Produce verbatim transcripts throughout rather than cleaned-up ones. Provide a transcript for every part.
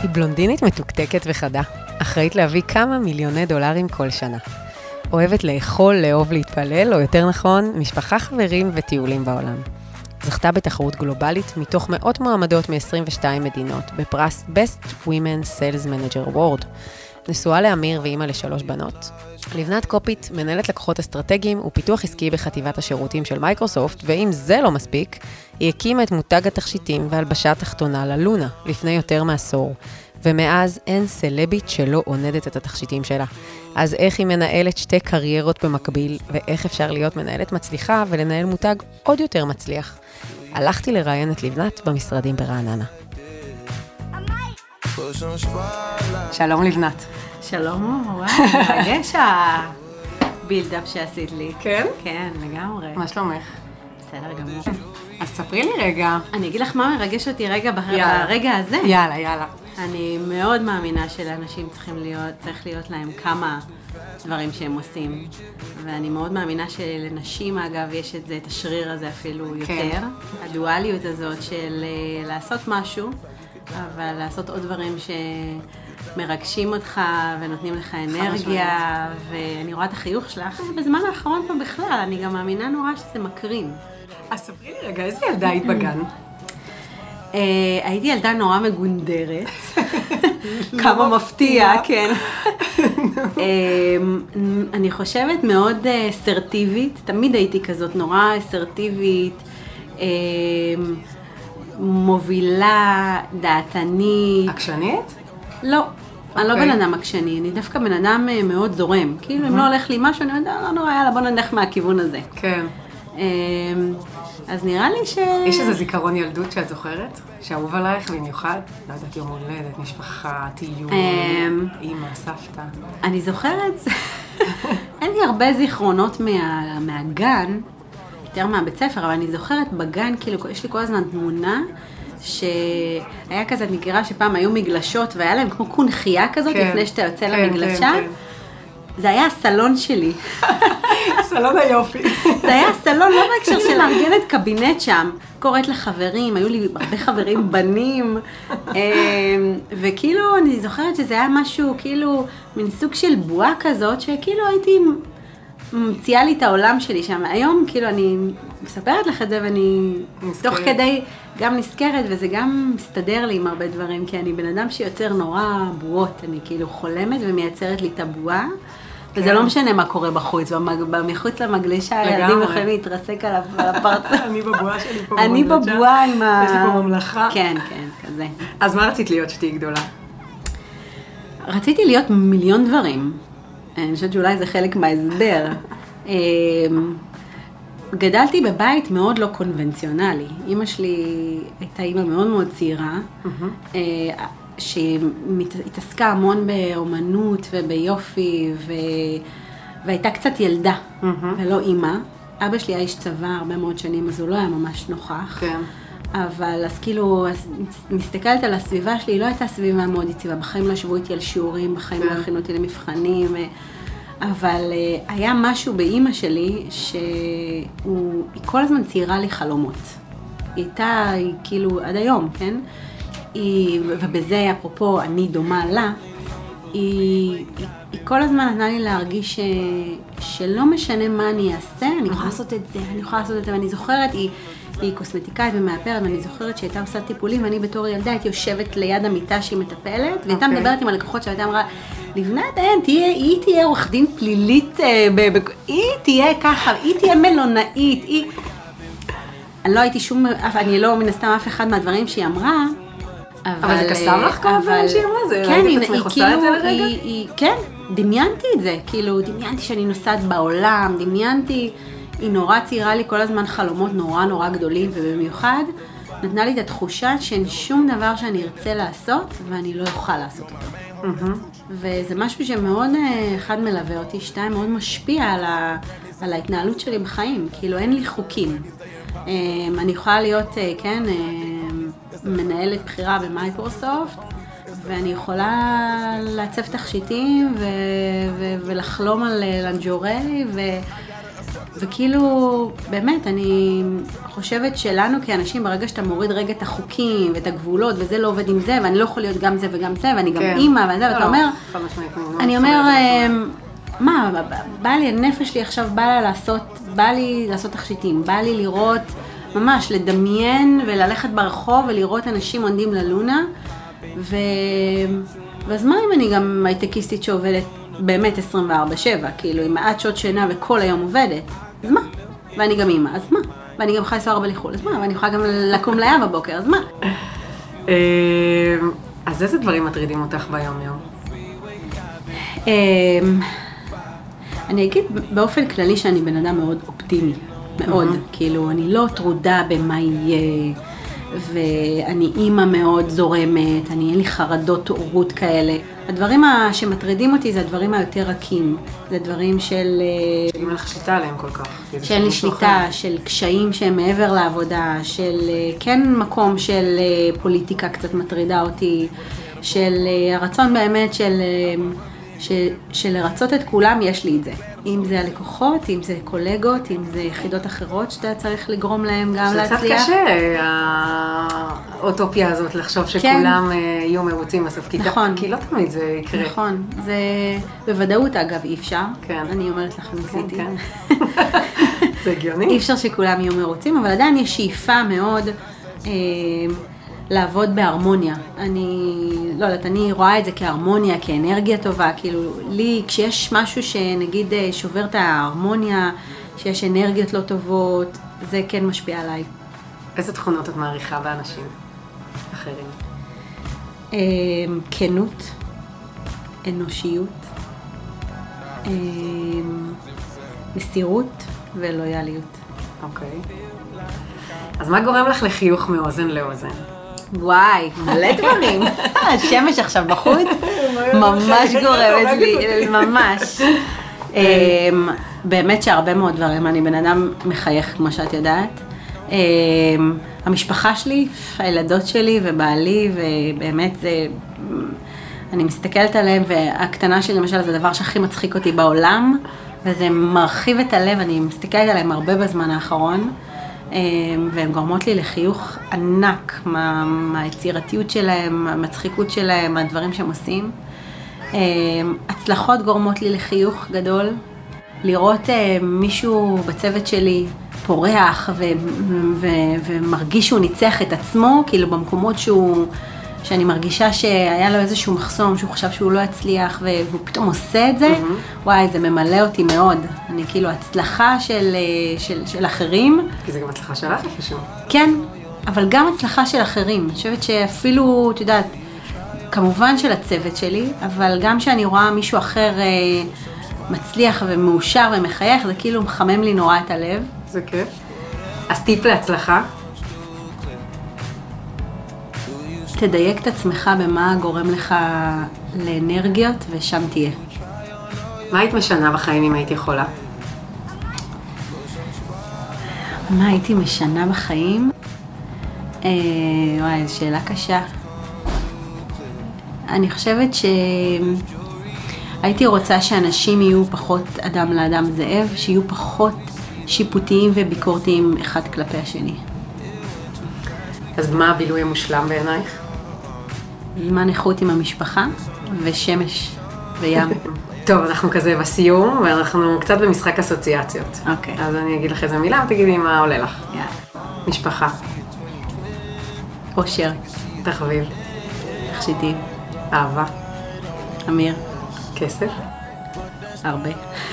היא בלונדינית מתוקתקת וחדה, אחראית להביא כמה מיליוני דולרים כל שנה. אוהבת לאכול, לאהוב להתפלל, או יותר נכון, משפחה, חברים וטיולים בעולם. זכתה בתחרות גלובלית מתוך מאות מועמדות מ-עשרים ושתיים מדינות, בפרס Best Women Sales Manager Award. נשואה לאמיר ואימא לשלוש בנות. לבנת קופית מנהלת לקוחות אסטרטגיים ופיתוח עסקי בחטיבת השירותים של מייקרוסופט, ואם זה לא מספיק, היא הקימה את מותג התכשיטים והלבשה התחתונה ללונה, לפני יותר מעשור. ומאז אין סלבית שלא עונדת את התכשיטים שלה. אז איך היא מנהלת שתי קריירות במקביל, ואיך אפשר להיות מנהלת מצליחה ולנהל מותג עוד יותר מצליח? הלכתי לראיין את לבנת במשרדים ברעננה. שלום לבנת. שלום, וואי, מרגש הבילדאפ שעשית לי. כן? כן, לגמרי. מה שלומך? בסדר גמור. אז ספרי לי רגע. אני אגיד לך מה מרגש אותי רגע ברגע הזה. יאללה, יאללה. אני מאוד מאמינה שלאנשים צריכים להיות, צריך להיות להם כמה דברים שהם עושים. ואני מאוד מאמינה שלנשים, אגב, יש את זה, את השריר הזה אפילו יותר. הדואליות הזאת של לעשות משהו, אבל לעשות עוד דברים שמרגשים אותך ונותנים לך אנרגיה, ואני רואה את החיוך שלך. בזמן האחרון פה בכלל, אני גם מאמינה נורא שזה מקרין. אז ספרי לי רגע, איזה ילדה היית בגן? הייתי ילדה נורא מגונדרת. כמה מפתיע, כן. אני חושבת מאוד אסרטיבית, תמיד הייתי כזאת נורא אסרטיבית, מובילה, דעתנית. עקשנית? לא, אני לא בן אדם עקשני, אני דווקא בן אדם מאוד זורם. כאילו אם לא הולך לי משהו, אני יודעת, לא נורא, יאללה, בוא נלך מהכיוון הזה. כן. אז נראה לי ש... יש איזה זיכרון ילדות שאת זוכרת? שאהוב עלייך במיוחד? לא יודעת, יום הולדת, משפחה, טיול, אמא, סבתא. אני זוכרת, אין לי הרבה זיכרונות מהגן, יותר מהבית ספר, אבל אני זוכרת בגן, כאילו, יש לי כל הזמן תמונה, שהיה כזה, את מכירה שפעם היו מגלשות, והיה להם כמו קונחייה כזאת, לפני שאתה יוצא למגלשה. זה היה הסלון שלי. סלון היופי. זה היה הסלון, לא בהקשר של לארגנת קבינט שם. קוראת לחברים, היו לי הרבה חברים בנים, וכאילו אני זוכרת שזה היה משהו, כאילו, מין סוג של בועה כזאת, שכאילו הייתי ממציאה לי את העולם שלי שם. היום, כאילו, אני מספרת לך את זה, ואני תוך כדי גם נזכרת, וזה גם מסתדר לי עם הרבה דברים, כי אני בן אדם שיוצר נורא בועות, אני כאילו חולמת ומייצרת לי את הבועה, וזה לא משנה מה קורה בחוץ, מחוץ למגלשה, הילדים יכולים להתרסק על הפרצה. אני בבועה שלי פה במגלשה. אני בבועה עם ה... יש לי פה ממלכה. כן, כן, כזה. אז מה רצית להיות שתהיי גדולה? רציתי להיות מיליון דברים. אני חושבת שאולי זה חלק מההסבר. גדלתי בבית מאוד לא קונבנציונלי. אמא שלי הייתה אמא מאוד מאוד צעירה, שהתעסקה המון באומנות וביופי, והייתה קצת ילדה, ולא אמא. אבא שלי היה איש צבא הרבה מאוד שנים, אז הוא לא היה ממש נוכח. כן. אבל אז כאילו, מסתכלת על הסביבה שלי, היא לא הייתה סביבה מאוד יציבה. בחיים לא שבו איתי על שיעורים, בחיים לא הכינו אותי למבחנים. אבל היה משהו באמא שלי שהיא כל הזמן ציירה לי חלומות. היא הייתה, היא כאילו, עד היום, כן? היא, ובזה, אפרופו, אני דומה לה, היא, היא, היא כל הזמן נתנה לי להרגיש ש, שלא משנה מה אני אעשה, אני יכולה לעשות את זה, אני יכולה לעשות את זה, ואני זוכרת, היא, היא קוסמטיקאית ומאפרת, ואני זוכרת שהייתה עושה טיפולים, ואני בתור ילדה הייתי יושבת ליד המיטה שהיא מטפלת, והייתה מדברת עם הלקוחות שהייתה אמרה, לבנת, אין, תהיה, היא תהיה עורך דין פלילית, ב, ב, היא תהיה ככה, היא תהיה מלונאית, היא... אני לא הייתי שום, אני לא מן הסתם אף אחד מהדברים שהיא אמרה, אבל... אבל זה קסם לך כל הדברים שהיא אמרה? זה ראית את עצמך עושה את זה לרגע? כן, דמיינתי את זה, כאילו, דמיינתי שאני נוסעת בעולם, דמיינתי, היא נורא ציירה לי כל הזמן חלומות נורא נורא גדולים, ובמיוחד נתנה לי את התחושה שאין שום דבר שאני ארצה לעשות, ואני לא אוכל לעשות אותו. וזה משהו שמאוד, אחד מלווה אותי, שתיים, מאוד משפיע על, ה, על ההתנהלות שלי בחיים. כאילו, אין לי חוקים. אני יכולה להיות, כן, מנהלת בחירה במייקרוסופט, ואני יכולה לעצב תכשיטים ו- ו- ולחלום על לנג'ורי, ו- וכאילו, באמת, אני חושבת שלנו כאנשים, ברגע שאתה מוריד רגע את החוקים ואת הגבולות, וזה לא עובד עם זה, ואני לא יכול להיות גם זה וגם זה, ואני גם אימא וזה, ואתה אומר, אני אומר, מה, בא לי, הנפש שלי עכשיו בא לה לעשות, בא לי לעשות תכשיטים, בא לי לראות, ממש, לדמיין וללכת ברחוב ולראות אנשים עונדים ללונה, ו... ואז מה אם אני גם הייטקיסטית שעובדת באמת עשרים וארבע שבע, כאילו עם מעט שעות שינה וכל היום עובדת, אז מה? ואני גם אימא, אז מה? ואני גם חי סוער בליחול, אז מה? ואני יכולה גם לקום לים בבוקר, אז מה? אז איזה דברים מטרידים אותך ביום יום? אני אגיד באופן כללי שאני בן אדם מאוד אופטימי, מאוד, כאילו אני לא טרודה במה יהיה, ואני אימא מאוד זורמת, אני אין לי חרדות הורות כאלה. הדברים שמטרידים אותי זה הדברים היותר רכים, זה דברים של... שאין לך שליטה עליהם כל כך. שאין לי שליטה, של קשיים שהם מעבר לעבודה, של כן מקום של פוליטיקה קצת מטרידה אותי, של הרצון באמת של... שלרצות את כולם יש לי את זה. אם זה הלקוחות, אם זה קולגות, אם זה יחידות אחרות שאתה צריך לגרום להם גם להצליח. זה קצת קשה, האוטופיה הזאת, לחשוב שכולם יהיו מרוצים בסוף. נכון. כי לא תמיד זה יקרה. נכון. זה בוודאות אגב אי אפשר. כן. אני אומרת לך, ניסיתי. כן. זה הגיוני. אי אפשר שכולם יהיו מרוצים, אבל עדיין יש שאיפה מאוד... לעבוד בהרמוניה. אני, לא יודעת, אני רואה את זה כהרמוניה, כאנרגיה טובה, כאילו, לי, כשיש משהו שנגיד שובר את ההרמוניה, שיש אנרגיות לא טובות, זה כן משפיע עליי. איזה תכונות את מעריכה באנשים אחרים? כנות, אנושיות, מסירות ולויאליות. אוקיי. אז מה גורם לך לחיוך מאוזן לאוזן? וואי, מלא דברים. השמש עכשיו בחוץ, ממש גורמת לי, ממש. באמת שהרבה מאוד דברים, אני בן אדם מחייך כמו שאת יודעת. המשפחה שלי, הילדות שלי ובעלי, ובאמת זה, אני מסתכלת עליהם, והקטנה שלי למשל זה הדבר שהכי מצחיק אותי בעולם, וזה מרחיב את הלב, אני מסתכלת עליהם הרבה בזמן האחרון. והן גורמות לי לחיוך ענק מה, מהיצירתיות שלהם, מהמצחיקות שלהם, מהדברים שהם עושים. הצלחות גורמות לי לחיוך גדול. לראות מישהו בצוות שלי פורח ו- ו- ומרגיש שהוא ניצח את עצמו, כאילו במקומות שהוא, שאני מרגישה שהיה לו איזשהו מחסום, שהוא חשב שהוא לא יצליח, והוא פתאום עושה את זה, mm-hmm. וואי, זה ממלא אותי מאוד. אני כאילו, הצלחה של, של, של אחרים. כי זה גם הצלחה שלך איפשהו. כן, אבל גם הצלחה של אחרים. אני חושבת שאפילו, את יודעת, כמובן של הצוות שלי, אבל גם שאני רואה מישהו אחר מצליח ומאושר ומחייך, זה כאילו מחמם לי נורא את הלב. זה כיף. אז טיפ להצלחה? תדייק את עצמך במה גורם לך לאנרגיות, ושם תהיה. מה היית משנה בחיים אם היית יכולה? מה הייתי משנה בחיים? אה, וואי, זו שאלה קשה. אני חושבת שהייתי רוצה שאנשים יהיו פחות אדם לאדם זאב, שיהיו פחות שיפוטיים וביקורתיים אחד כלפי השני. אז מה הבילוי המושלם בעינייך? זמן איכות עם המשפחה ושמש וים. טוב, אנחנו כזה בסיום, ואנחנו קצת במשחק אסוציאציות. אוקיי. אז אני אגיד לך איזה מילה, ותגידי מה עולה לך. יאללה. משפחה. אושר. תחביב. תכשיטים. אהבה. אמיר. כסף. הרבה.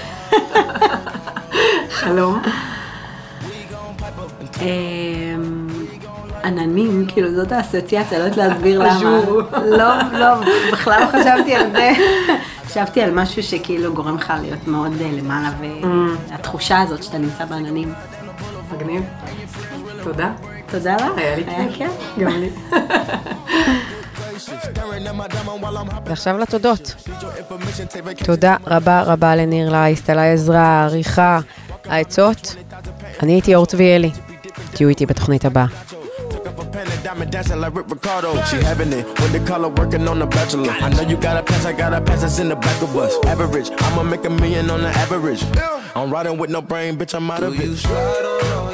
חלום. עננים, כאילו זאת האסוציאציה, לא יודעת להסביר למה. לא, לא, בכלל לא חשבתי על זה. חשבתי על משהו שכאילו גורם לך להיות מאוד למעלה, והתחושה הזאת שאתה נמצא בעננים. מגניב. תודה. תודה לך. היה לי כיף. גם לי. ועכשיו לתודות. תודה רבה רבה לניר לייסט, על העזרה, העריכה, העצות. אני הייתי אור צביאלי. תהיו איתי בתוכנית הבאה. Diamond dancing like Rick Ricardo. She having it with the color working on the bachelor. I know you got a pass, I got a pass that's in the back of us. Average, I'ma make a million on the average. I'm riding with no brain, bitch, I'm out of it. Do you slide on all